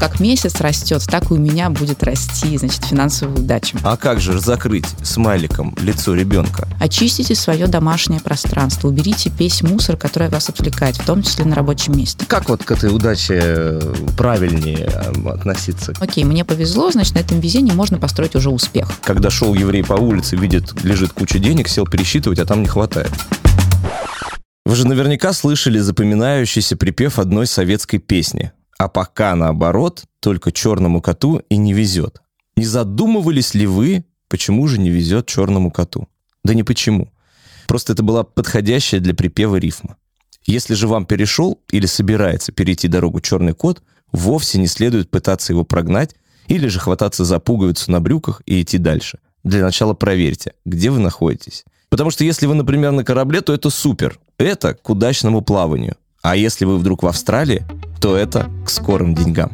как месяц растет, так и у меня будет расти, значит, финансовая удача. А как же закрыть смайликом лицо ребенка? Очистите свое домашнее пространство, уберите весь мусор, который вас отвлекает, в том числе на рабочем месте. Как вот к этой удаче правильнее относиться? Окей, мне повезло, значит, на этом везении можно построить уже успех. Когда шел еврей по улице, видит, лежит куча денег, сел пересчитывать, а там не хватает. Вы же наверняка слышали запоминающийся припев одной советской песни. А пока наоборот, только черному коту и не везет. Не задумывались ли вы, почему же не везет черному коту? Да не почему. Просто это была подходящая для припева рифма. Если же вам перешел или собирается перейти дорогу черный кот, вовсе не следует пытаться его прогнать или же хвататься за пуговицу на брюках и идти дальше. Для начала проверьте, где вы находитесь. Потому что если вы, например, на корабле, то это супер. Это к удачному плаванию. А если вы вдруг в Австралии, то это к скорым деньгам.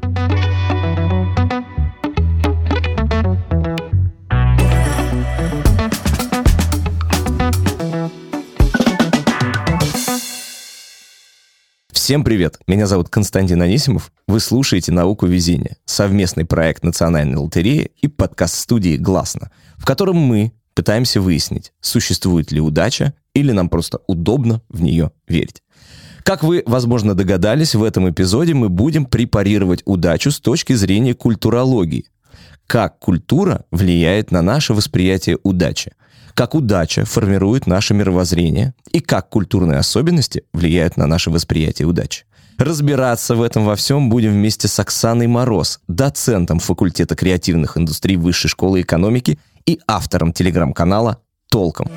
Всем привет! Меня зовут Константин Анисимов. Вы слушаете «Науку везения» — совместный проект Национальной лотереи и подкаст-студии «Гласно», в котором мы пытаемся выяснить, существует ли удача или нам просто удобно в нее верить. Как вы, возможно, догадались, в этом эпизоде мы будем препарировать удачу с точки зрения культурологии. Как культура влияет на наше восприятие удачи, как удача формирует наше мировоззрение и как культурные особенности влияют на наше восприятие удачи. Разбираться в этом во всем будем вместе с Оксаной Мороз, доцентом факультета креативных индустрий Высшей школы экономики и автором телеграм-канала «Толком».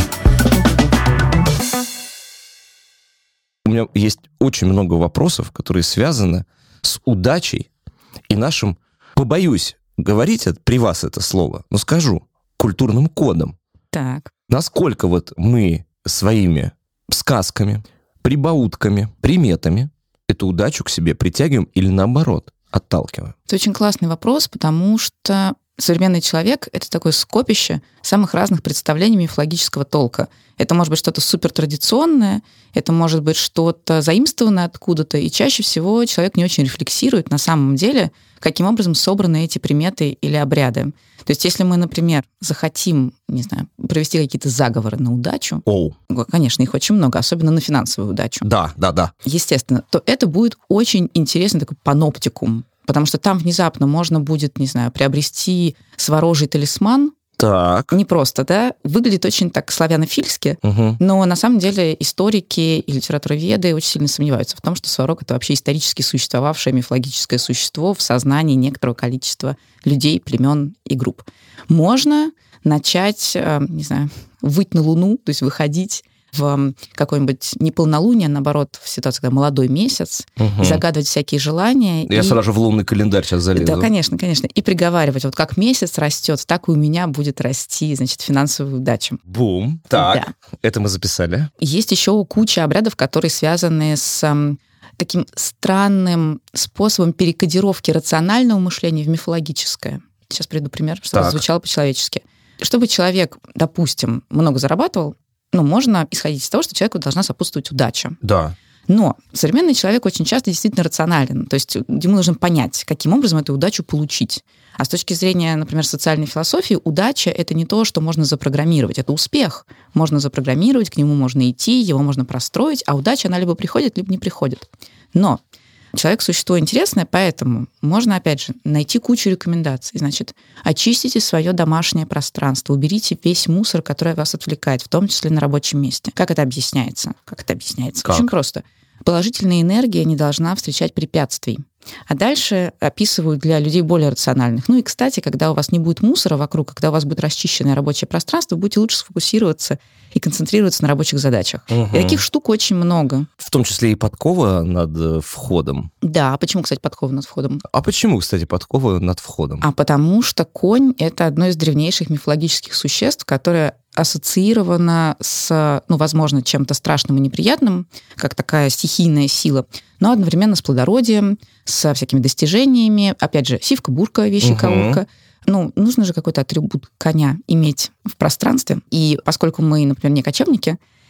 У меня есть очень много вопросов, которые связаны с удачей и нашим, побоюсь говорить при вас это слово, но скажу, культурным кодом. Так. Насколько вот мы своими сказками, прибаутками, приметами эту удачу к себе притягиваем или наоборот отталкиваем? Это очень классный вопрос, потому что современный человек — это такое скопище самых разных представлений мифологического толка. Это может быть что-то супертрадиционное, это может быть что-то заимствованное откуда-то, и чаще всего человек не очень рефлексирует на самом деле, каким образом собраны эти приметы или обряды. То есть если мы, например, захотим, не знаю, провести какие-то заговоры на удачу, конечно, их очень много, особенно на финансовую удачу. Да. Естественно, то это будет очень интересный такой паноптикум, потому что там внезапно можно будет, не знаю, приобрести сворожий талисман. Так. Не просто, да? Выглядит очень так славянофильски, но на самом деле историки и литературоведы очень сильно сомневаются в том, что сварог — это вообще исторически существовавшее мифологическое существо в сознании некоторого количества людей, племен и групп. Можно начать, не знаю, выть на Луну, то есть выходить в какое-нибудь неполнолуние, наоборот, в ситуации, когда молодой месяц, и загадывать всякие желания. Я сразу в лунный календарь сейчас залезу. Да, конечно. И приговаривать, вот как месяц растет, так и у меня будет расти, значит, финансовая удача. Бум. Так, да. Это мы записали. Есть еще куча обрядов, которые связаны с таким странным способом перекодировки рационального мышления в мифологическое. Сейчас приведу пример, чтобы звучало по-человечески. Чтобы человек, допустим, много зарабатывал, можно исходить из того, что человеку должна сопутствовать удача. Да. Но современный человек очень часто действительно рационален. То есть ему нужно понять, каким образом эту удачу получить. А с точки зрения, например, социальной философии, удача — это не то, что можно запрограммировать. Это успех. Можно запрограммировать, к нему можно идти, его можно простроить, а удача, она либо приходит, либо не приходит. Но человек — существо интересное, поэтому можно, опять же, найти кучу рекомендаций. Значит, очистите свое домашнее пространство, уберите весь мусор, который вас отвлекает, в том числе на рабочем месте. Как это объясняется? Как? Очень просто. Положительная энергия не должна встречать препятствий. А дальше описывают для людей более рациональных. И, кстати, когда у вас не будет мусора вокруг, когда у вас будет расчищенное рабочее пространство, вы будете лучше сфокусироваться и концентрироваться на рабочих задачах. И таких штук очень много. В том числе и подкова над входом. Да, а почему, кстати, подкова над входом? А почему, кстати, подкова над входом? А потому что конь — это одно из древнейших мифологических существ, которое ассоциировано с, возможно, чем-то страшным и неприятным, как такая стихийная сила, но одновременно с плодородием, со всякими достижениями. Опять же, сивка-бурка, вещи-каурка. Нужно же какой-то атрибут коня иметь в пространстве. И поскольку мы, например, не кочевники,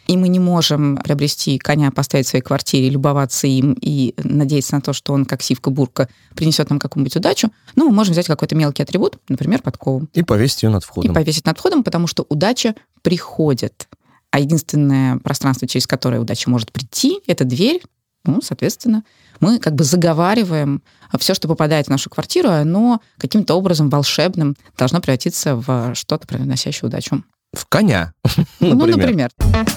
и мы не можем приобрести коня, поставить в своей квартире, любоваться им и надеяться на то, что он, как сивка-бурка, принесет нам какую-нибудь удачу, мы можем взять какой-то мелкий атрибут, например, подкову. И повесить ее над входом. И повесить над входом, потому что удача приходит. А единственное пространство, через которое удача может прийти, это дверь. Соответственно, мы как бы заговариваем все, что попадает в нашу квартиру, оно каким-то образом волшебным должно превратиться в что-то, приносящее удачу. В коня, например.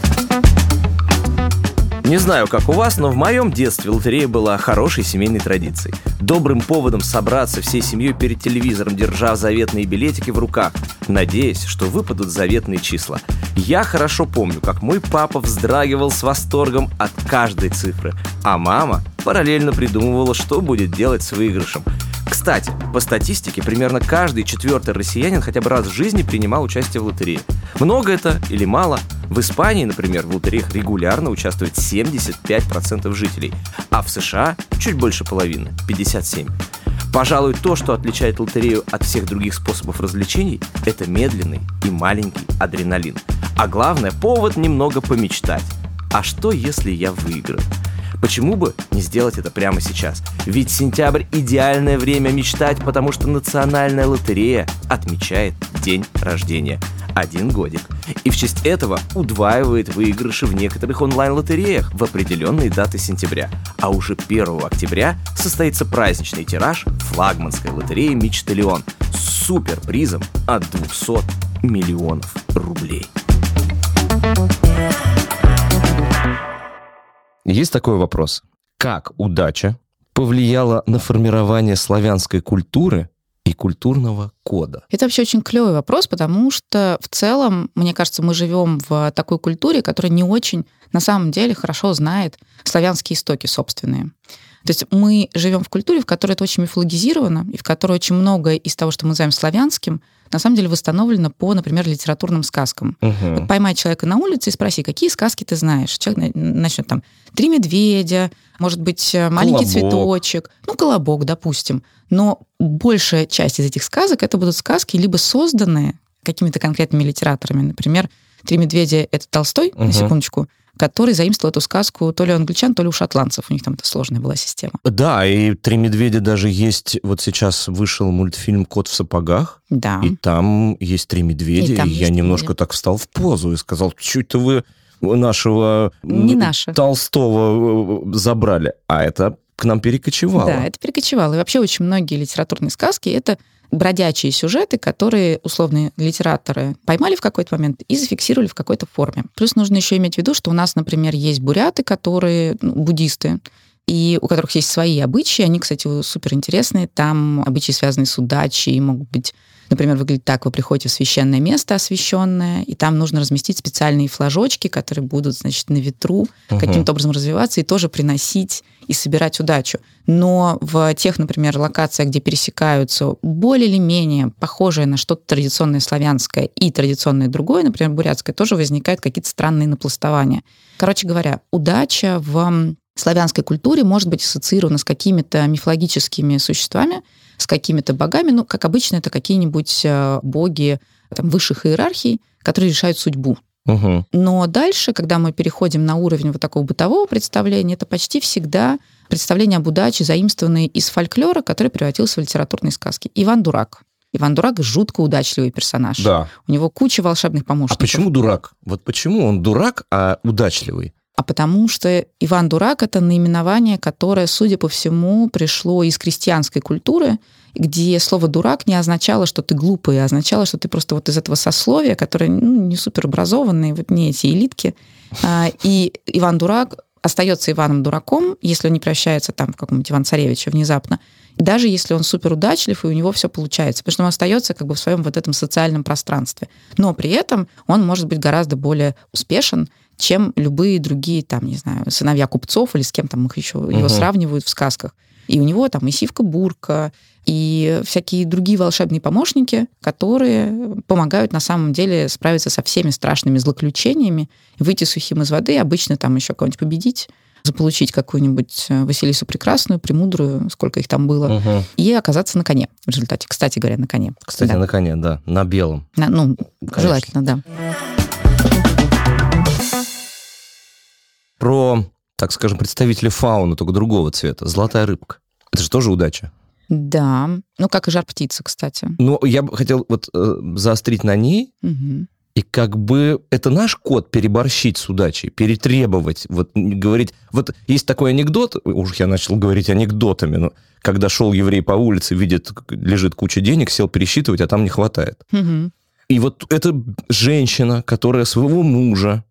Не знаю, как у вас, но в моем детстве лотерея была хорошей семейной традицией. Добрым поводом собраться всей семьей перед телевизором, держа заветные билетики в руках, надеясь, что выпадут заветные числа. Я хорошо помню, как мой папа вздрагивал с восторгом от каждой цифры, а мама параллельно придумывала, что будет делать с выигрышем. Кстати, по статистике, примерно каждый 4-й россиянин хотя бы раз в жизни принимал участие в лотерее. Много это или мало? В Испании, например, в лотереях регулярно участвует 75% жителей, а в США чуть больше половины, 57%. Пожалуй, то, что отличает лотерею от всех других способов развлечений, это медленный и маленький адреналин. А главное, повод немного помечтать. А что, если я выиграю? Почему бы не сделать это прямо сейчас? Ведь сентябрь – идеальное время мечтать, потому что Национальная лотерея отмечает день рождения. 1 годик. И в честь этого удваивает выигрыши в некоторых онлайн-лотереях в определенные даты сентября. А уже 1 октября состоится праздничный тираж флагманской лотереи «Мечталион» с суперпризом от 200 миллионов рублей. Есть такой вопрос. Как удача повлияла на формирование славянской культуры и культурного кода? Это вообще очень клевый вопрос, потому что в целом, мне кажется, мы живем в такой культуре, которая не очень, на самом деле, хорошо знает славянские истоки собственные. То есть мы живем в культуре, в которой это очень мифологизировано, и в которой очень многое из того, что мы называем славянским, на самом деле восстановлено по, например, литературным сказкам. Вот поймай человека на улице и спроси, какие сказки ты знаешь. Человек начнет там «Три медведя», может быть, «Маленький цветочек», «Колобок», допустим. Но большая часть из этих сказок это будут сказки либо созданные какими-то конкретными литераторами. Например, «Три медведя» — это Толстой, на секундочку, который заимствовал эту сказку то ли у англичан, то ли у шотландцев. У них там это сложная была система. Да, и «Три медведя» даже есть. Вот сейчас вышел мультфильм «Кот в сапогах». Да. И там есть 3 медведя. И я немножко так встал в позу и сказал, что это вы нашего Толстого забрали. А это к нам перекочевало. Да, это перекочевало. И вообще очень многие литературные сказки — это бродячие сюжеты, которые условные литераторы поймали в какой-то момент и зафиксировали в какой-то форме. Плюс нужно еще иметь в виду, что у нас, например, есть буряты, которые буддисты, и у которых есть свои обычаи. Они, кстати, суперинтересные. Там обычаи, связанные с удачей, могут быть, например, выглядит так: вы приходите в священное место освященное, и там нужно разместить специальные флажочки, которые будут, значит, на ветру каким-то образом развиваться и тоже приносить и собирать удачу. Но в тех, например, локациях, где пересекаются более или менее похожее на что-то традиционное славянское и традиционное другое, например, бурятское, тоже возникают какие-то странные напластования. Короче говоря, удача в славянской культуре может быть ассоциирована с какими-то мифологическими существами, с какими-то богами. Как обычно, это какие-нибудь боги там, высших иерархий, которые решают судьбу. Но дальше, когда мы переходим на уровень вот такого бытового представления, это почти всегда представление об удаче, заимствованное из фольклора, который превратился в литературные сказки. Иван Дурак. Иван Дурак — жутко удачливый персонаж. Да. У него куча волшебных помощников. А почему дурак? Вот почему он дурак, а удачливый? А потому что Иван Дурак — это наименование, которое, судя по всему, пришло из крестьянской культуры, где слово «дурак» не означало, что ты глупый, а означало, что ты просто вот из этого сословия, которое не суперобразованные, вот не эти элитки. И Иван Дурак остается Иваном Дураком, если он не превращается там в какого-нибудь Ивана-Царевича внезапно, даже если он суперудачлив, и у него все получается, потому что он остается как бы в своем вот этом социальном пространстве. Но при этом он может быть гораздо более успешен, чем любые другие, там, не знаю, сыновья купцов или с кем там их еще его сравнивают в сказках. И у него там и сивка-бурка, и всякие другие волшебные помощники, которые помогают на самом деле справиться со всеми страшными злоключениями, выйти сухим из воды, обычно там еще кого-нибудь победить, заполучить какую-нибудь Василису Прекрасную, Премудрую, сколько их там было, и оказаться на коне в результате. Кстати говоря, на коне. Кстати, да. На коне, да, на белом. Желательно, да. про, так скажем, представителей фауны, только другого цвета. Золотая рыбка. Это же тоже удача. Да. Ну, как и жар-птица, кстати. Ну, я бы хотел вот заострить на ней. Угу. И как бы это наш код переборщить с удачей, перетребовать, вот говорить... Вот есть такой анекдот, уж я начал говорить анекдотами, но когда шел еврей по улице, видит, лежит куча денег, сел пересчитывать, а там не хватает. Угу. И вот эта женщина, которая своего мужа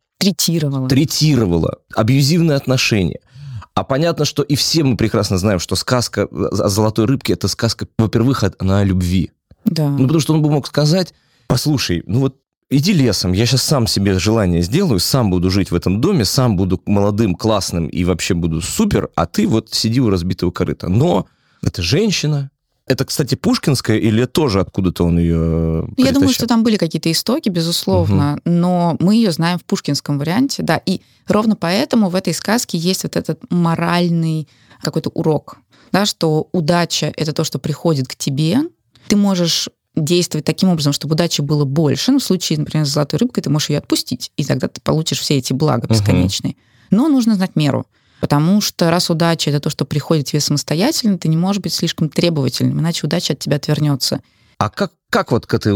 третировала, абьюзивные отношения. А понятно, что и все мы прекрасно знаем, что сказка о золотой рыбке – это сказка, во-первых, она о любви. Да. Ну, потому что он бы мог сказать, послушай, ну вот иди лесом, я сейчас сам себе желание сделаю, сам буду жить в этом доме, сам буду молодым, классным и вообще буду супер, а ты вот сиди у разбитого корыта. Но это женщина. Это, кстати, пушкинская или тоже откуда-то он ее притащил? Я думаю, что там были какие-то истоки, безусловно, но мы ее знаем в пушкинском варианте, да, и ровно поэтому в этой сказке есть вот этот моральный какой-то урок, да, что удача — это то, что приходит к тебе, ты можешь действовать таким образом, чтобы удачи было больше. Ну, в случае, например, с золотой рыбкой ты можешь ее отпустить, и тогда ты получишь все эти блага бесконечные. Но нужно знать меру. Потому что раз удача — это то, что приходит тебе самостоятельно, ты не можешь быть слишком требовательным, иначе удача от тебя отвернется. А как вот к этой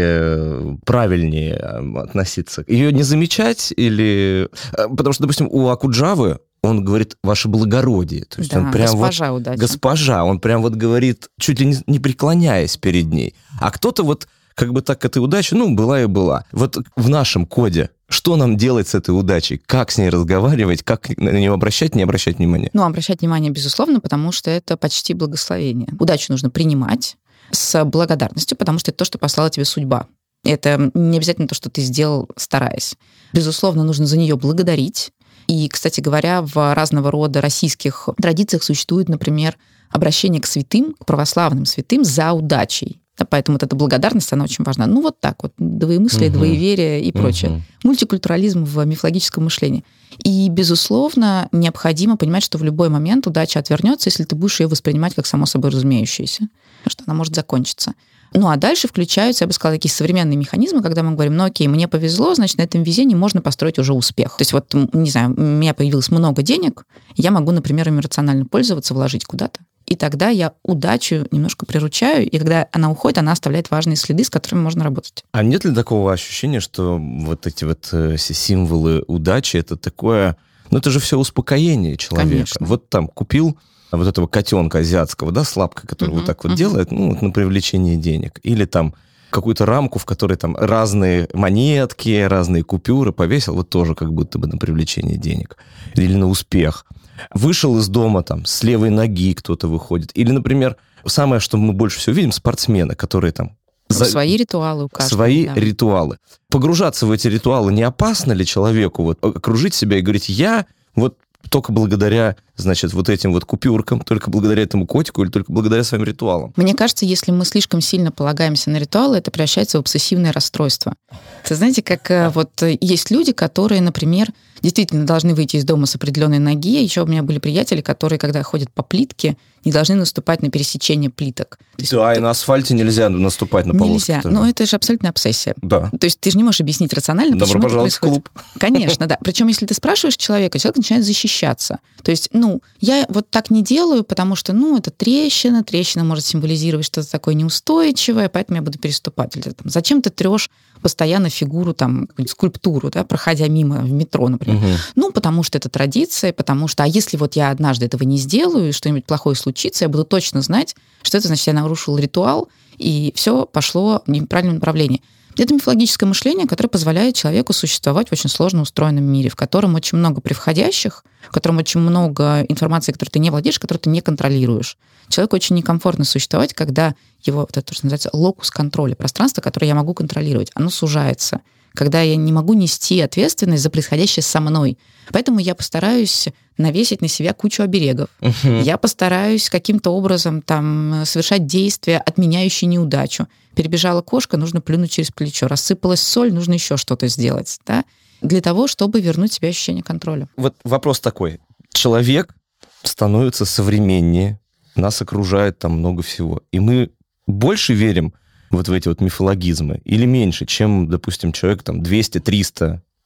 удаче правильнее относиться? Ее не замечать или... Потому что, допустим, у Окуджавы он говорит «ваше благородие». То есть да, он прям госпожа вот, удача. Госпожа, он прям вот говорит, чуть ли не преклоняясь перед ней. А кто-то вот как бы так к этой удаче, ну, была и была. Вот в нашем коде что нам делать с этой удачей? Как с ней разговаривать? Как на нее обращать, не обращать внимания? Ну, обращать внимание, безусловно, потому что это почти благословение. Удачу нужно принимать с благодарностью, потому что это то, что послала тебе судьба. Это не обязательно то, что ты сделал, стараясь. Безусловно, нужно за нее благодарить. И, кстати говоря, в разного рода российских традициях существует, например, обращение к святым, к православным святым за удачей. Поэтому вот эта благодарность, она очень важна. Ну, вот так вот, двоемыслие, двоеверие и прочее. Мультикультурализм в мифологическом мышлении. И, безусловно, необходимо понимать, что в любой момент удача отвернется, если ты будешь ее воспринимать как само собой разумеющееся, что она может закончиться. Ну, а дальше включаются, я бы сказала, такие современные механизмы, когда мы говорим, ну, окей, мне повезло, значит, на этом везении можно построить уже успех. То есть вот, не знаю, у меня появилось много денег, я могу, например, ими рационально пользоваться, вложить куда-то. И тогда я удачу немножко приручаю, и когда она уходит, она оставляет важные следы, с которыми можно работать. А нет ли такого ощущения, что вот эти вот символы удачи, это такое... Ну, это же все успокоение человека. Конечно. Вот там купил вот этого котенка азиатского, да, с лапкой, который вот так вот делает, ну, вот на привлечение денег. Или там какую-то рамку, в которой там разные монетки, разные купюры повесил, вот тоже как будто бы на привлечение денег. Или на успех. Вышел из дома, там, с левой ноги кто-то выходит. Или, например, самое, что мы больше всего видим, спортсмены, которые там... Свои ритуалы у каждого. Свои да. ритуалы. Погружаться в эти ритуалы не опасно ли человеку? Вот окружить себя и говорить, я вот только благодаря, значит, вот этим вот купюркам, только благодаря этому котику или только благодаря своим ритуалам? Мне кажется, если мы слишком сильно полагаемся на ритуалы, это превращается в обсессивное расстройство. Вы знаете, как вот есть люди, которые, например, действительно должны выйти из дома с определенной ноги. Еще у меня были приятели, которые, когда ходят по плитке, не должны наступать на пересечение плиток. Да, и на асфальте нельзя наступать на полоску. Нельзя, но это же абсолютная обсессия. Да. То есть ты же не можешь объяснить рационально, Добро почему пожаловать это происходит. в клуб. Конечно, да. Причем, если ты спрашиваешь человека, человек начинает защищаться. То есть, я вот так не делаю, потому что, это трещина может символизировать что-то такое неустойчивое, поэтому я буду переступать. Или, там, зачем ты трешь постоянно фигуру, там, скульптуру, да, проходя мимо в метро, например. Потому что это традиция, потому что, а если вот я однажды этого не сделаю, и что-нибудь плохое случится, я буду точно знать, что это значит, я нарушил ритуал, и все пошло в неправильном направлении. Это мифологическое мышление, которое позволяет человеку существовать в очень сложно устроенном мире, в котором очень много превходящих, в котором очень много информации, которой ты не владеешь, которую ты не контролируешь. Человеку очень некомфортно существовать, когда его, вот это, что называется, локус контроля, пространство, которое я могу контролировать, оно сужается, когда я не могу нести ответственность за происходящее со мной. Поэтому я постараюсь навесить на себя кучу оберегов. Я постараюсь каким-то образом там совершать действия, отменяющие неудачу. Перебежала кошка, нужно плюнуть через плечо. Рассыпалась соль, нужно еще что-то сделать. Да? Для того, чтобы вернуть себе ощущение контроля. Вот вопрос такой. Человек становится современнее, нас окружает там много всего. И мы больше верим вот в эти вот мифологизмы или меньше, чем, допустим, человек там 200-300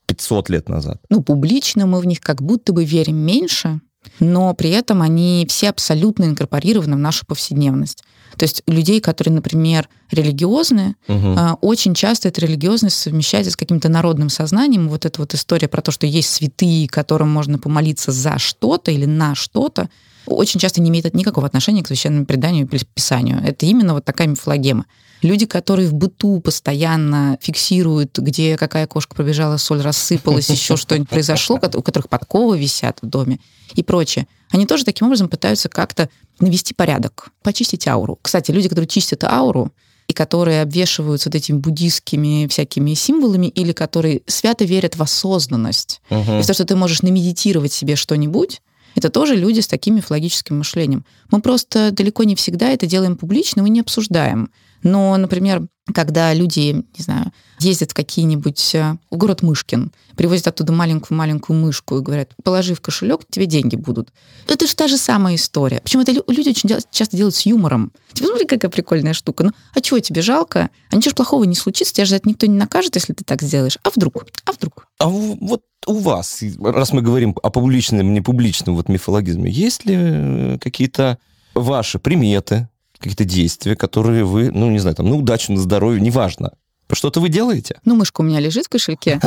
500 лет назад? Публично мы в них как будто бы верим меньше, но при этом они все абсолютно инкорпорированы в нашу повседневность. То есть людей, которые, например, религиозны, очень часто эта религиозность совмещается с каким-то народным сознанием. Вот эта вот история про то, что есть святые, которым можно помолиться за что-то или на что-то, очень часто не имеет никакого отношения к священному преданию и писанию. Это именно вот такая мифологема. Люди, которые в быту постоянно фиксируют, где какая кошка пробежала, соль рассыпалась, еще что-нибудь произошло, у которых подковы висят в доме и прочее, они тоже таким образом пытаются как-то навести порядок, почистить ауру. Кстати, люди, которые чистят ауру и которые обвешиваются вот этими буддистскими всякими символами или которые свято верят в осознанность, и в то, что ты можешь намедитировать себе что-нибудь, это тоже люди с таким мифологическим мышлением. Мы просто далеко не всегда это делаем публично, мы не обсуждаем. Но, например, когда люди, не знаю, ездят в город Мышкин, привозят оттуда маленькую-маленькую мышку и говорят, положи в кошелек, тебе деньги будут. Это же та же самая история. Причем это люди очень часто делают с юмором. Смотри, какая прикольная штука. А чего тебе жалко? А ничего ж плохого не случится, тебя же за это никто не накажет, если ты так сделаешь. А вдруг? А вот у вас, раз мы говорим о публичном и непубличном мифологизме, есть ли какие-то ваши приметы, какие-то действия, которые вы, на удачу, на здоровье, неважно. Что-то вы делаете? Мышка у меня лежит в кошельке.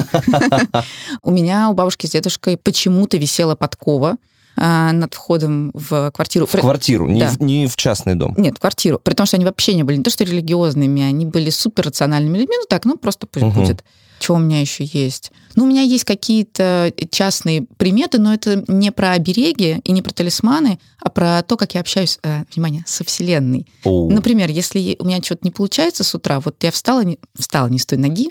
У меня у бабушки с дедушкой почему-то висела подкова над входом в квартиру. В квартиру, не в частный дом? Нет, в квартиру. При том, что они вообще не были не то что религиозными, они были суперрациональными людьми. Просто пусть будет. Что у меня еще есть? У меня есть какие-то частные приметы, но это не про обереги и не про талисманы, а про то, как я общаюсь, со Вселенной. Например, если у меня что-то не получается с утра, я встала не с той ноги,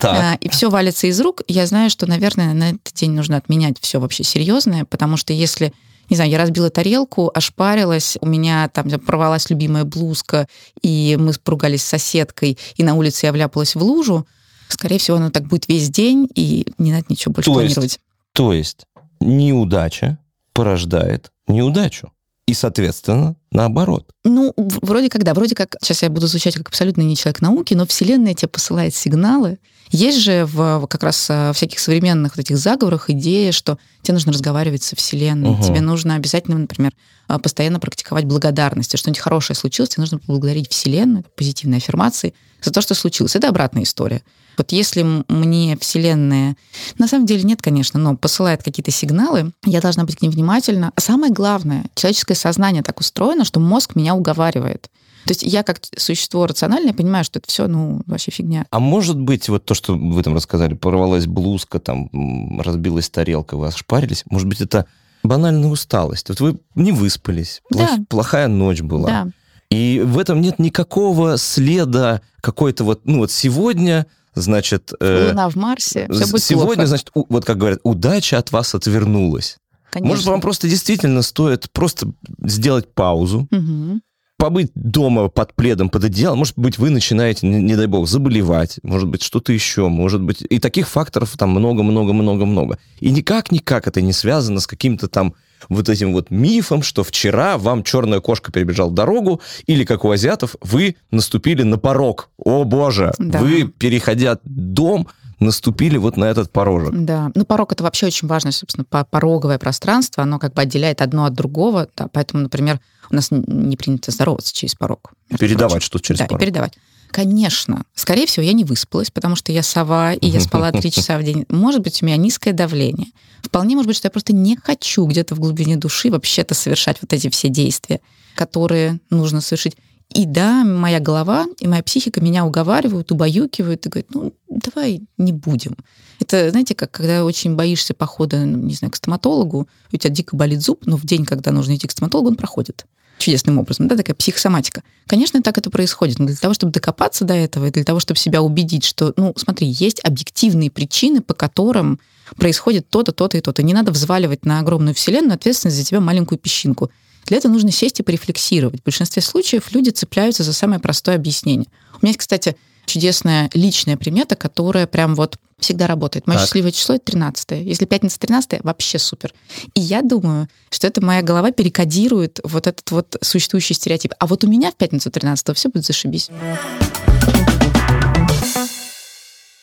и все валится из рук, я знаю, что, наверное, на этот день нужно отменять все вообще серьезное, потому что если, не знаю, я разбила тарелку, ошпарилась, у меня там порвалась любимая блузка, и мы поругались с соседкой, и на улице я вляпалась в лужу, скорее всего, оно так будет весь день, и не надо ничего больше планировать. То есть неудача порождает неудачу. И, соответственно, наоборот. Вроде как, сейчас я буду звучать как абсолютно не человек науки, но Вселенная тебе посылает сигналы. Есть же как раз в всяких современных этих заговорах идея, что тебе нужно разговаривать со Вселенной, тебе нужно обязательно, например, постоянно практиковать благодарность. Если что-нибудь хорошее случилось, тебе нужно поблагодарить Вселенную, позитивные аффирмации за то, что случилось. Это обратная история. Если мне Вселенная, на самом деле нет, конечно, но посылает какие-то сигналы, я должна быть к ним внимательна. А самое главное, человеческое сознание так устроено, что мозг меня уговаривает. То есть я как существо рациональное понимаю, что это все, вообще фигня. А может быть, то, что вы там рассказали, порвалась блузка, разбилась тарелка, вы ошпарились, может быть, это банальная усталость. Вы не выспались, плохая ночь была. Да. И в этом нет никакого следа какой-то сегодня, значит... Луна в Марсе, все будет сегодня, плохо. значит, как говорят, удача от вас отвернулась. Конечно. Может, вам просто действительно стоит просто сделать паузу, побыть дома под пледом, под одеялом. Может быть, вы начинаете, не дай бог, заболевать. Может быть, что-то еще. Может быть, и таких факторов там много-много-много-много. И никак это не связано с каким-то там этим мифом, что вчера вам черная кошка перебежала дорогу, или, как у азиатов, вы наступили на порог. О, боже! Да. Вы, переходя дом, наступили на этот порожек. Да. Порог — это вообще очень важное, собственно, пороговое пространство. Оно отделяет одно от другого. Да, поэтому, например, у нас не принято здороваться через порог. Передавать что-то через порог. Да, передавать. Конечно. Скорее всего, я не выспалась, потому что я сова, и я спала 3 часа в день. Может быть, у меня низкое давление. Вполне может быть, что я просто не хочу где-то в глубине души вообще-то совершать эти все действия, которые нужно совершить. И да, моя голова и моя психика меня уговаривают, убаюкивают и говорят, давай не будем. Это, знаете, как когда очень боишься похода, не знаю, к стоматологу, у тебя дико болит зуб, но в день, когда нужно идти к стоматологу, он проходит. Чудесным образом, такая психосоматика. Конечно, так это происходит, но для того, чтобы докопаться до этого, и для того, чтобы себя убедить, что, смотри, есть объективные причины, по которым происходит то-то, то-то и то-то. Не надо взваливать на огромную вселенную ответственность за тебя маленькую песчинку. Для этого нужно сесть и порефлексировать. В большинстве случаев люди цепляются за самое простое объяснение. У меня есть, кстати, чудесная личная примета, которая прям всегда работает. Мое счастливое число — это 13-е. Если пятница 13-е, вообще супер. И я думаю, что это моя голова перекодирует этот существующий стереотип. А у меня в пятницу 13-го все будет зашибись.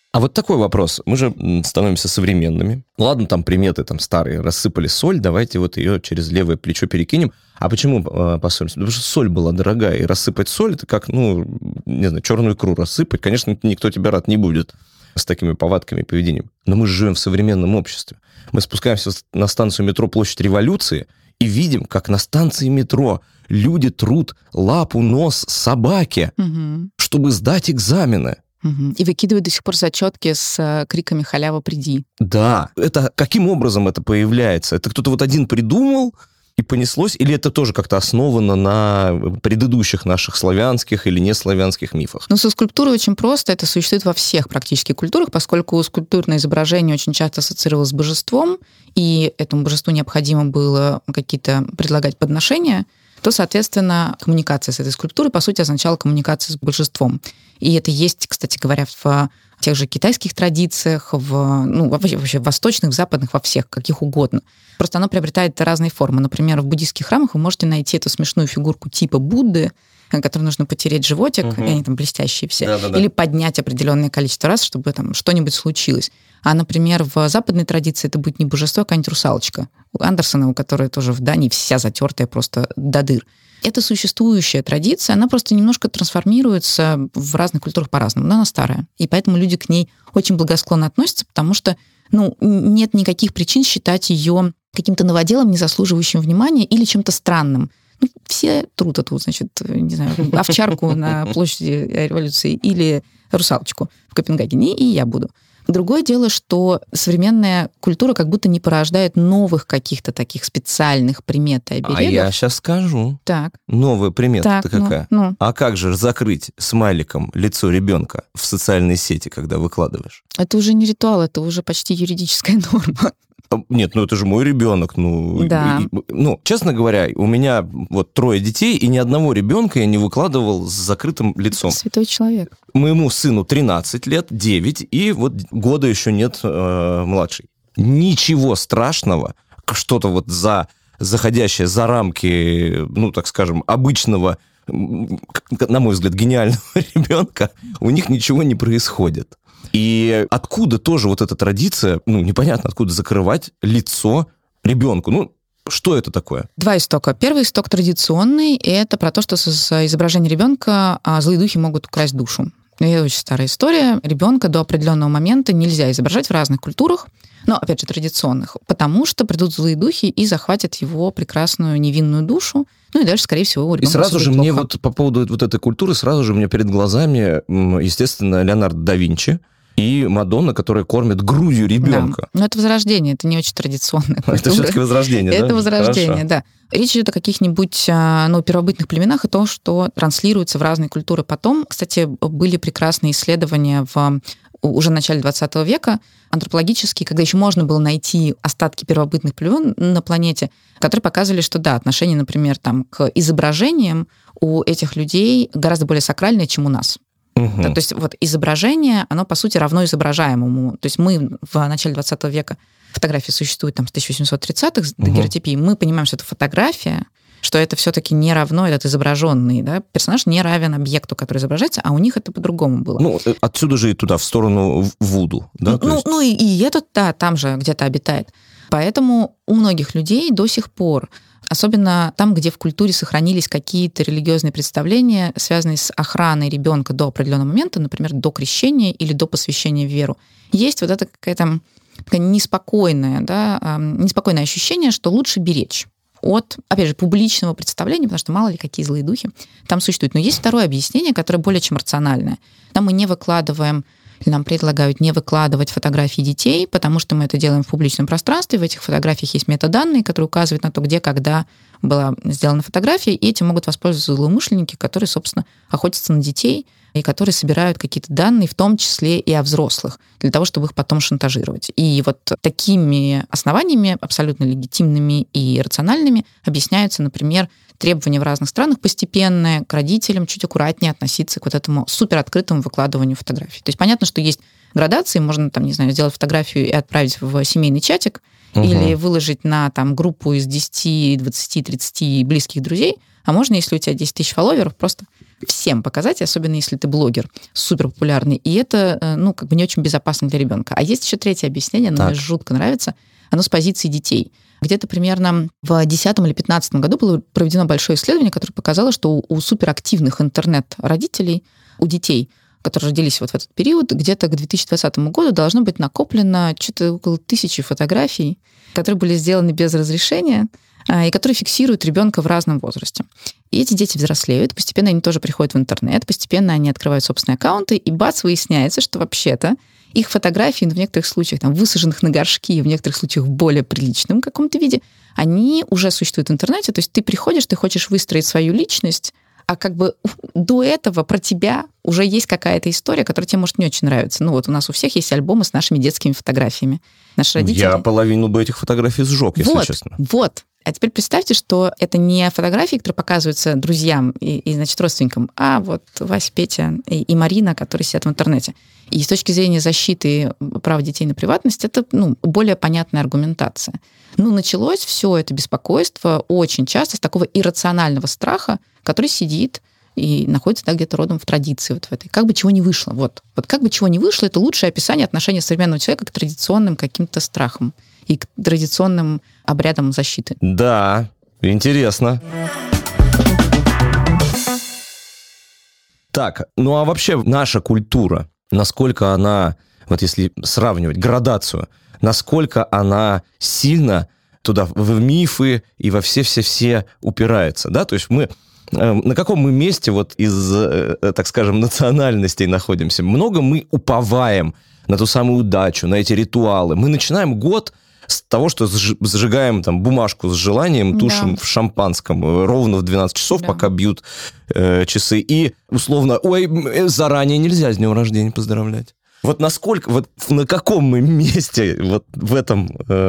А вот такой вопрос. Мы же становимся современными. Ладно, там приметы там старые. Рассыпали соль, давайте вот ее через левое плечо перекинем. А почему поссоримся? Потому что соль была дорогая, и рассыпать соль, это как, не знаю, черную икру рассыпать. Конечно, никто тебя рад не будет с такими повадками и поведением. Но мы же живем в современном обществе. Мы спускаемся на станцию метро Площадь Революции и видим, как на станции метро люди трут лапу, нос собаке, чтобы сдать экзамены. И выкидывают до сих пор зачетки с криками «Халява, приди». Да. Это каким образом это появляется? Это кто-то вот один придумал и понеслось? Или это тоже как-то основано на предыдущих наших славянских или неславянских мифах? Со скульптурой очень просто. Это существует во всех практически культурах, поскольку скульптурное изображение очень часто ассоциировалось с божеством, и этому божеству необходимо было какие-то предлагать подношения, то, соответственно, коммуникация с этой скульптурой, по сути, означала коммуникацию с божеством. И это есть, кстати говоря, в тех же китайских традициях, вообще в восточных, в западных, во всех, каких угодно. Просто оно приобретает разные формы. Например, в буддийских храмах вы можете найти эту смешную фигурку типа Будды, которой нужно потереть животик, и они там блестящие все, или поднять определенное количество раз, чтобы там что-нибудь случилось. А, например, в западной традиции это будет не божество, а какая-нибудь русалочка. У Андерсона, у которой тоже в Дании вся затертая просто до дыр. Это существующая традиция, она просто немножко трансформируется в разных культурах по-разному, но она старая. И поэтому люди к ней очень благосклонно относятся, потому что нет никаких причин считать ее каким-то новоделом, не заслуживающим внимания или чем-то странным. Все трут эту, не знаю, овчарку на площади Революции или русалочку в Копенгагене, и я буду. Другое дело, что современная культура как будто не порождает новых каких-то таких специальных примет и оберегов. А я сейчас скажу. Так. Новая примета-то какая? А как же закрыть смайликом лицо ребенка в социальной сети, когда выкладываешь? Это уже не ритуал, это уже почти юридическая норма. Нет, это же мой ребенок. Да. Честно говоря, у меня 3 детей, и ни одного ребенка я не выкладывал с закрытым лицом. Святой человек. Моему сыну 13 лет, 9, и года еще нет младший. Ничего страшного, что-то заходящее за рамки, так скажем, обычного, на мой взгляд, гениального ребенка, у них ничего не происходит. И откуда тоже эта традиция, непонятно откуда, закрывать лицо ребенку? Что это такое? 2 истока. Первый исток традиционный, и это про то, что с изображения ребенка злые духи могут украсть душу. Это очень старая история. Ребенка до определенного момента нельзя изображать в разных культурах, но, опять же, традиционных, потому что придут злые духи и захватят его прекрасную невинную душу, и дальше, скорее всего, у ребенка. И сразу же мне по поводу этой культуры, сразу же у меня перед глазами, естественно, Леонардо да Винчи и Мадонна, которая кормит грудью ребенка. Да. Но это возрождение, это не очень традиционная культура. Это все-таки возрождение, да? Это возрождение, хорошо. Да. Речь идет о каких-нибудь первобытных племенах и том, что транслируется в разные культуры потом. Кстати, были прекрасные исследования уже в начале 20 века, антропологические, когда еще можно было найти остатки первобытных племен на планете, которые показывали, что да, отношение, например, к изображениям у этих людей гораздо более сакральное, чем у нас. Угу. Да, то есть изображение, оно, по сути, равно изображаемому. То есть мы в начале 20 века, фотографии существуют с 1830-х, дагерротипии, мы понимаем, что это фотография, что это все-таки не равно этот изображенный, да, персонаж не равен объекту, который изображается, а у них это по-другому было. Отсюда же и туда, в сторону Вуду, да? И этот, да, там же где-то обитает. Поэтому у многих людей до сих пор, особенно там, где в культуре сохранились какие-то религиозные представления, связанные с охраной ребенка до определенного момента, например, до крещения или до посвящения в веру, есть это какая-то неспокойное ощущение, что лучше беречь от, опять же, публичного представления, потому что мало ли какие злые духи там существуют. Но есть второе объяснение, которое более чем рациональное. Там мы не выкладываем, или нам предлагают не выкладывать фотографии детей, потому что мы это делаем в публичном пространстве. В этих фотографиях есть метаданные, которые указывают на то, где, когда была сделана фотография, и этим могут воспользоваться злоумышленники, которые, собственно, охотятся на детей и которые собирают какие-то данные, в том числе и о взрослых, для того, чтобы их потом шантажировать. И такими основаниями, абсолютно легитимными и рациональными, объясняются, например, требования в разных странах постепенное к родителям чуть аккуратнее относиться к этому супероткрытому выкладыванию фотографий. То есть понятно, что есть градации, можно сделать фотографию и отправить в семейный чатик, или выложить на группу из 10, 20, 30 близких друзей, А можно, если у тебя 10 тысяч фолловеров, просто всем показать, особенно если ты блогер суперпопулярный. И это, не очень безопасно для ребенка. А есть еще третье объяснение, оно мне жутко нравится. Оно с позиции детей. Где-то примерно в 2010 или 2015 году было проведено большое исследование, которое показало, что у суперактивных интернет-родителей, у детей, которые родились вот в этот период, где-то к 2020 году должно быть накоплено что-то около 1000 фотографий, которые были сделаны без разрешения, и которые фиксируют ребенка в разном возрасте. И эти дети взрослеют, постепенно они тоже приходят в интернет, постепенно они открывают собственные аккаунты, и бац, выясняется, что вообще-то их фотографии, в некоторых случаях высаженных на горшки, в некоторых случаях в более приличном каком-то виде, они уже существуют в интернете. То есть ты приходишь, ты хочешь выстроить свою личность, а до этого про тебя уже есть какая-то история, которая тебе может не очень нравиться. У нас у всех есть альбомы с нашими детскими фотографиями. Наши родители... Я половину бы этих фотографий сжег, если честно. Вот. А теперь представьте, что это не фотографии, которые показываются друзьям и родственникам, а вот Вася, Петя и Марина, которые сидят в интернете. И с точки зрения защиты прав детей на приватность, это более понятная аргументация. Началось все это беспокойство очень часто с такого иррационального страха, который сидит и находится где-то родом в традиции в этой. Как бы чего не вышло. Вот как бы чего не вышло, это лучшее описание отношения современного человека к традиционным каким-то страхам и к традиционным обрядам защиты. Да, интересно. Так, а вообще наша культура, насколько она, если сравнивать градацию, насколько она сильно туда в мифы и во все упирается, да? То есть на каком мы месте из, так скажем, национальностей находимся? Много мы уповаем на ту самую удачу, на эти ритуалы. Мы начинаем год с того, что зажигаем бумажку с желанием, тушим в шампанском ровно в 12 часов, пока бьют часы. И условно, заранее нельзя с днем рождения поздравлять. Насколько, на каком мы месте в этом?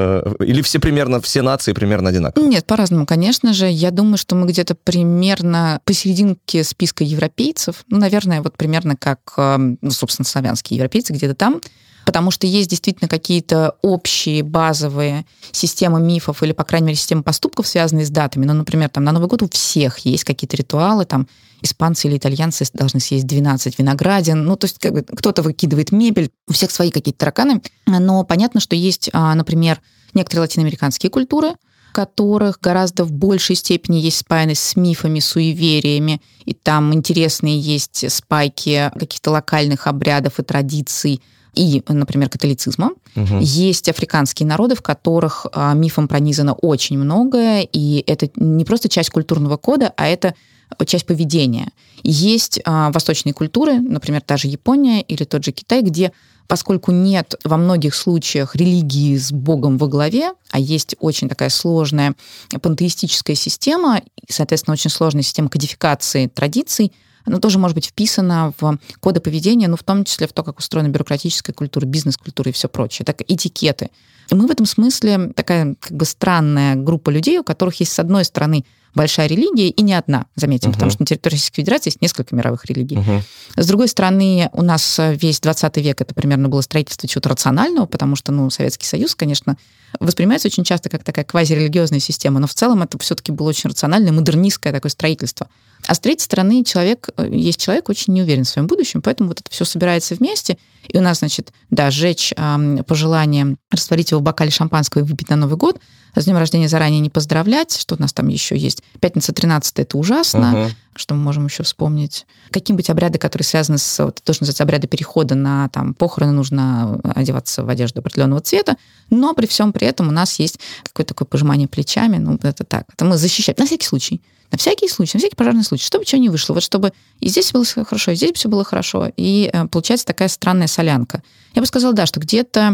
Или все нации примерно одинаковые? Нет, по-разному, конечно же. Я думаю, что мы где-то примерно посерединке списка европейцев. Наверное, примерно как, собственно, славянские европейцы, где-то там. Потому что есть действительно какие-то общие базовые системы мифов или, по крайней мере, системы поступков, связанные с датами. Например, на Новый год у всех есть какие-то ритуалы, испанцы или итальянцы должны съесть 12 виноградин. То есть кто-то выкидывает мебель, у всех свои какие-то тараканы. Но понятно, что есть, например, некоторые латиноамериканские культуры, в которых гораздо в большей степени есть спаянность с мифами, суевериями, и там интересные есть спайки каких-то локальных обрядов и традиций, и, например, католицизма. Угу. Есть африканские народы, в которых мифом пронизано очень многое, и это не просто часть культурного кода, а это часть поведения. Есть восточные культуры, например, та же Япония или тот же Китай, где, поскольку нет во многих случаях религии с Богом во главе, а есть очень такая сложная пантеистическая система, и, соответственно, очень сложная система кодификации традиций, оно тоже может быть вписано в коды поведения, в том числе в то, как устроена бюрократическая культура, бизнес-культура и все прочее, так этикеты. И мы в этом смысле такая странная группа людей, у которых есть, с одной стороны, большая религия, и не одна, заметим, потому что на территории Российской Федерации есть несколько мировых религий. С другой стороны, у нас весь 20 век это примерно было строительство чего-то рационального, потому что, Советский Союз, конечно, воспринимается очень часто как такая квазирелигиозная система, но в целом это все-таки было очень рациональное, модернистское такое строительство. А с третьей стороны, есть человек очень не уверен в своем будущем, поэтому это все собирается вместе, и у нас, сжечь пожелание растворить его в бокале шампанского и выпить на Новый год, с днем рождения заранее не поздравлять, что у нас там еще есть. Пятница 13-е — это ужасно, что мы можем еще вспомнить. Какие-нибудь обряды, которые связаны с, то, что называется, обряды перехода на похороны, нужно одеваться в одежду определенного цвета, но при всем при этом у нас есть какое-то такое пожимание плечами, это так. Это мы защищаем на всякий случай. На всякий пожарный случай, чтобы ничего не вышло. Чтобы и здесь было хорошо, и здесь все было хорошо. И получается такая странная солянка. Я бы сказала, что где-то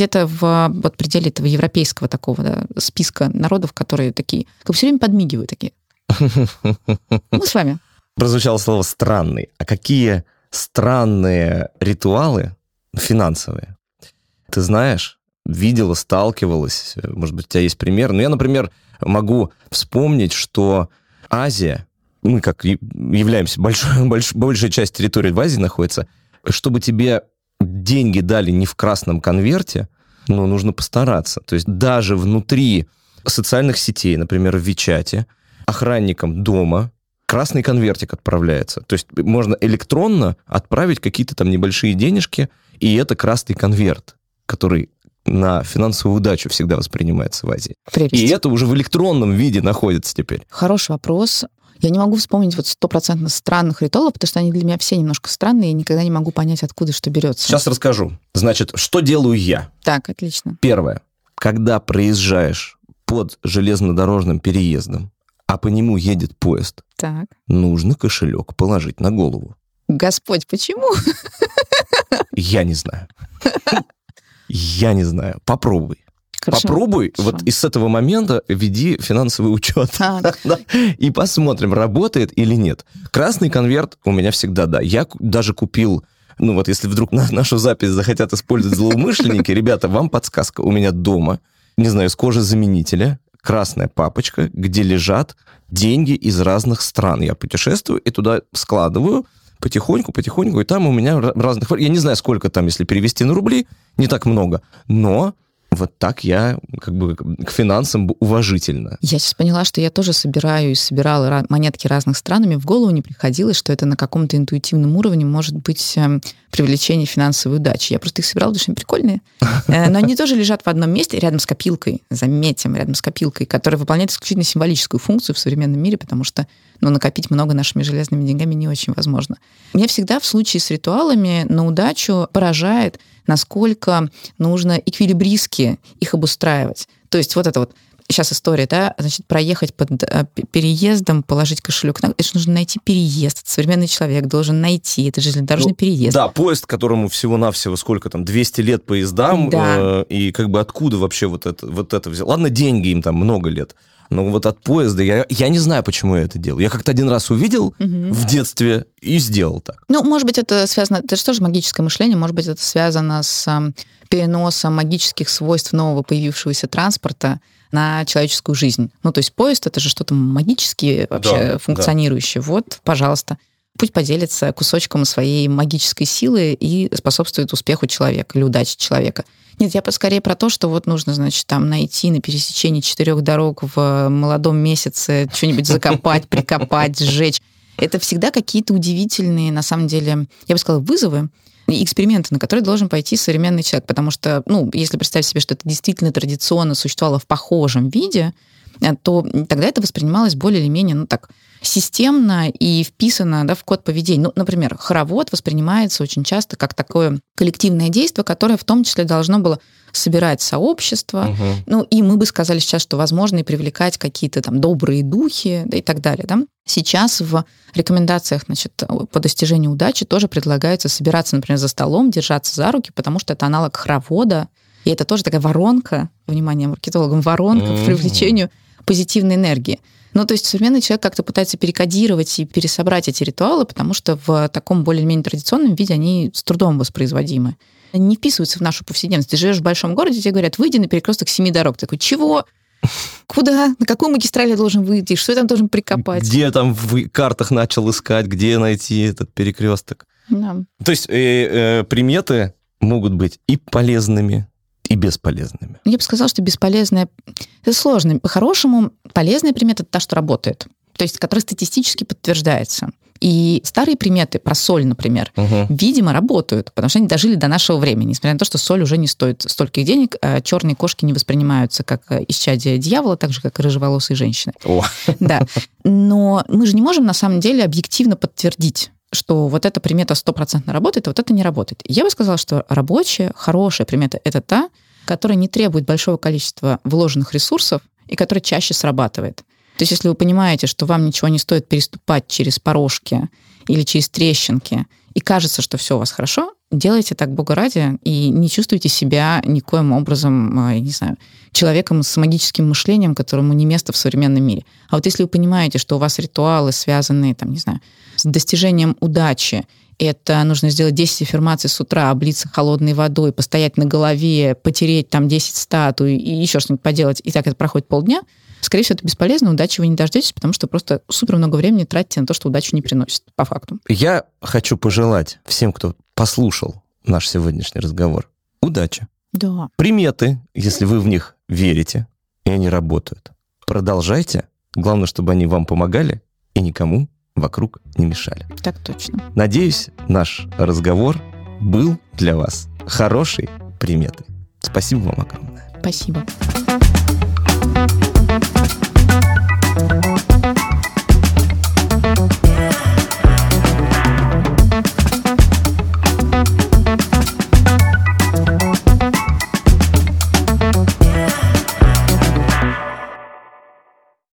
в пределе этого европейского такого списка народов, которые такие, все время подмигивают такие. Мы с вами. Прозвучало слово «странный». А какие странные ритуалы финансовые ты знаешь, видела, сталкивалась? Может быть, у тебя есть пример? Я, например, могу вспомнить, что Азия, мы как являемся, большая часть территории в Азии находится, чтобы тебе деньги дали не в красном конверте, нужно постараться. То есть даже внутри социальных сетей, например, в Вичате, охранникам дома, красный конвертик отправляется. То есть можно электронно отправить какие-то там небольшие денежки, и это красный конверт, который на финансовую удачу всегда воспринимается в Азии. Прелесть. И это уже в электронном виде находится теперь. Хороший вопрос. Я не могу вспомнить 100% странных ритуалов, потому что они для меня все немножко странные, и никогда не могу понять, откуда что берется. Сейчас расскажу. Значит, что делаю я? Так, отлично. Первое. Когда проезжаешь под железнодорожным переездом, а по нему едет поезд, Так. нужно кошелек положить на голову. Господь, почему? Я не знаю. Я не знаю. Попробуй. Хорошо. Попробуй, Хорошо. вот из этого момента веди финансовый учет. Так. И посмотрим, работает или нет. Красный конверт у меня всегда, да. Я даже купил, если вдруг нашу запись захотят использовать злоумышленники, ребята, вам подсказка. У меня дома, не знаю, с кожезаменителя, красная папочка, где лежат деньги из разных стран. Я путешествую и туда складываю потихоньку, и там у меня разных... Я не знаю, сколько там, если перевести на рубли, не так много, но вот так я к финансам уважительно. Я сейчас поняла, что я тоже собирала монетки разных стран, и мне в голову не приходилось, что это на каком-то интуитивном уровне может быть привлечение финансовой удачи. Я просто их собирала, потому что они прикольные. Но они тоже лежат в одном месте, рядом с копилкой, заметим, рядом с копилкой, которая выполняет исключительно символическую функцию в современном мире, потому что накопить много нашими железными деньгами не очень возможно. Меня всегда в случае с ритуалами на удачу поражает, насколько нужно эквилибристски их обустраивать. То есть сейчас история, да, значит, проехать под переездом, положить кошелек. Это же нужно найти переезд. Современный человек должен найти. Это же железнодорожный переезд. Да, поезд, которому всего-навсего сколько там, 200 лет поездам, да. И откуда вообще вот это взял? Ладно, деньги им там много лет. Но от поезда я не знаю, почему я это делаю. Я как-то один раз увидел в детстве и сделал так. Может быть, это связано... Это же тоже магическое мышление. Может быть, это связано с переносом магических свойств нового появившегося транспорта на человеческую жизнь. То есть поезд — это же что-то магически вообще функционирующее. Да. Пожалуйста. Пусть поделится кусочком своей магической силы и способствует успеху человека или удаче человека. Нет, я скорее про то, что нужно, значит, там найти на пересечении 4 дорог в молодом месяце, что-нибудь закопать, прикопать, сжечь. Это всегда какие-то удивительные, на самом деле, я бы сказала, вызовы и эксперименты, на которые должен пойти современный человек. Потому что, если представить себе, что это действительно традиционно существовало в похожем виде, то тогда это воспринималось более или менее, системно и вписано, в код поведения. Например, хоровод воспринимается очень часто как такое коллективное действие, которое в том числе должно было собирать сообщество. И мы бы сказали сейчас, что возможно и привлекать какие-то там добрые духи, и так далее. Да? Сейчас в рекомендациях, по достижению удачи тоже предлагается собираться, например, за столом, держаться за руки, потому что это аналог хоровода, и это тоже такая воронка, внимание маркетологам, воронка по привлечению позитивной энергии. То есть современный человек как-то пытается перекодировать и пересобрать эти ритуалы, потому что в таком более-менее традиционном виде они с трудом воспроизводимы. Они не вписываются в нашу повседневность. Ты живешь в большом городе, тебе говорят, выйди на перекресток 7 дорог. Ты такой, чего? Куда? На какую магистраль я должен выйти? Что я там должен прикопать? Где там в картах начал искать, где найти этот перекресток? Да. То есть приметы могут быть и полезными, и бесполезными. Я бы сказала, что бесполезная... Это сложно. По-хорошему, полезная примета — это та, что работает. То есть, которая статистически подтверждается. И старые приметы, про соль, например, видимо, работают, потому что они дожили до нашего времени. Несмотря на то, что соль уже не стоит стольких денег, а черные кошки не воспринимаются как исчадие дьявола, так же, как и рыжеволосые женщины. Да. Но мы же не можем, на самом деле, объективно подтвердить, что эта примета 100% работает, а это не работает. Я бы сказала, что рабочая, хорошая примета — это та, которая не требует большого количества вложенных ресурсов и которая чаще срабатывает. То есть если вы понимаете, что вам ничего не стоит переступать через порожки или через трещинки, и кажется, что все у вас хорошо, делайте так Бога ради и не чувствуйте себя никоим образом, я не знаю, человеком с магическим мышлением, которому не место в современном мире. А если вы понимаете, что у вас ритуалы, связанные, с достижением удачи, это нужно сделать 10 аффирмаций с утра, облиться холодной водой, постоять на голове, потереть 10 статуй и еще что-нибудь поделать, и так это проходит полдня, скорее всего, это бесполезно, удачи вы не дождетесь, потому что просто супер много времени тратите на то, что удачу не приносит, по факту. Я хочу пожелать всем, кто послушал наш сегодняшний разговор, удачи. Да. Приметы, если вы в них верите, и они работают, продолжайте Главное, чтобы они вам помогали и никому вокруг не мешали. Так точно. Надеюсь, наш разговор был для вас хорошей приметой. Спасибо вам огромное. Спасибо.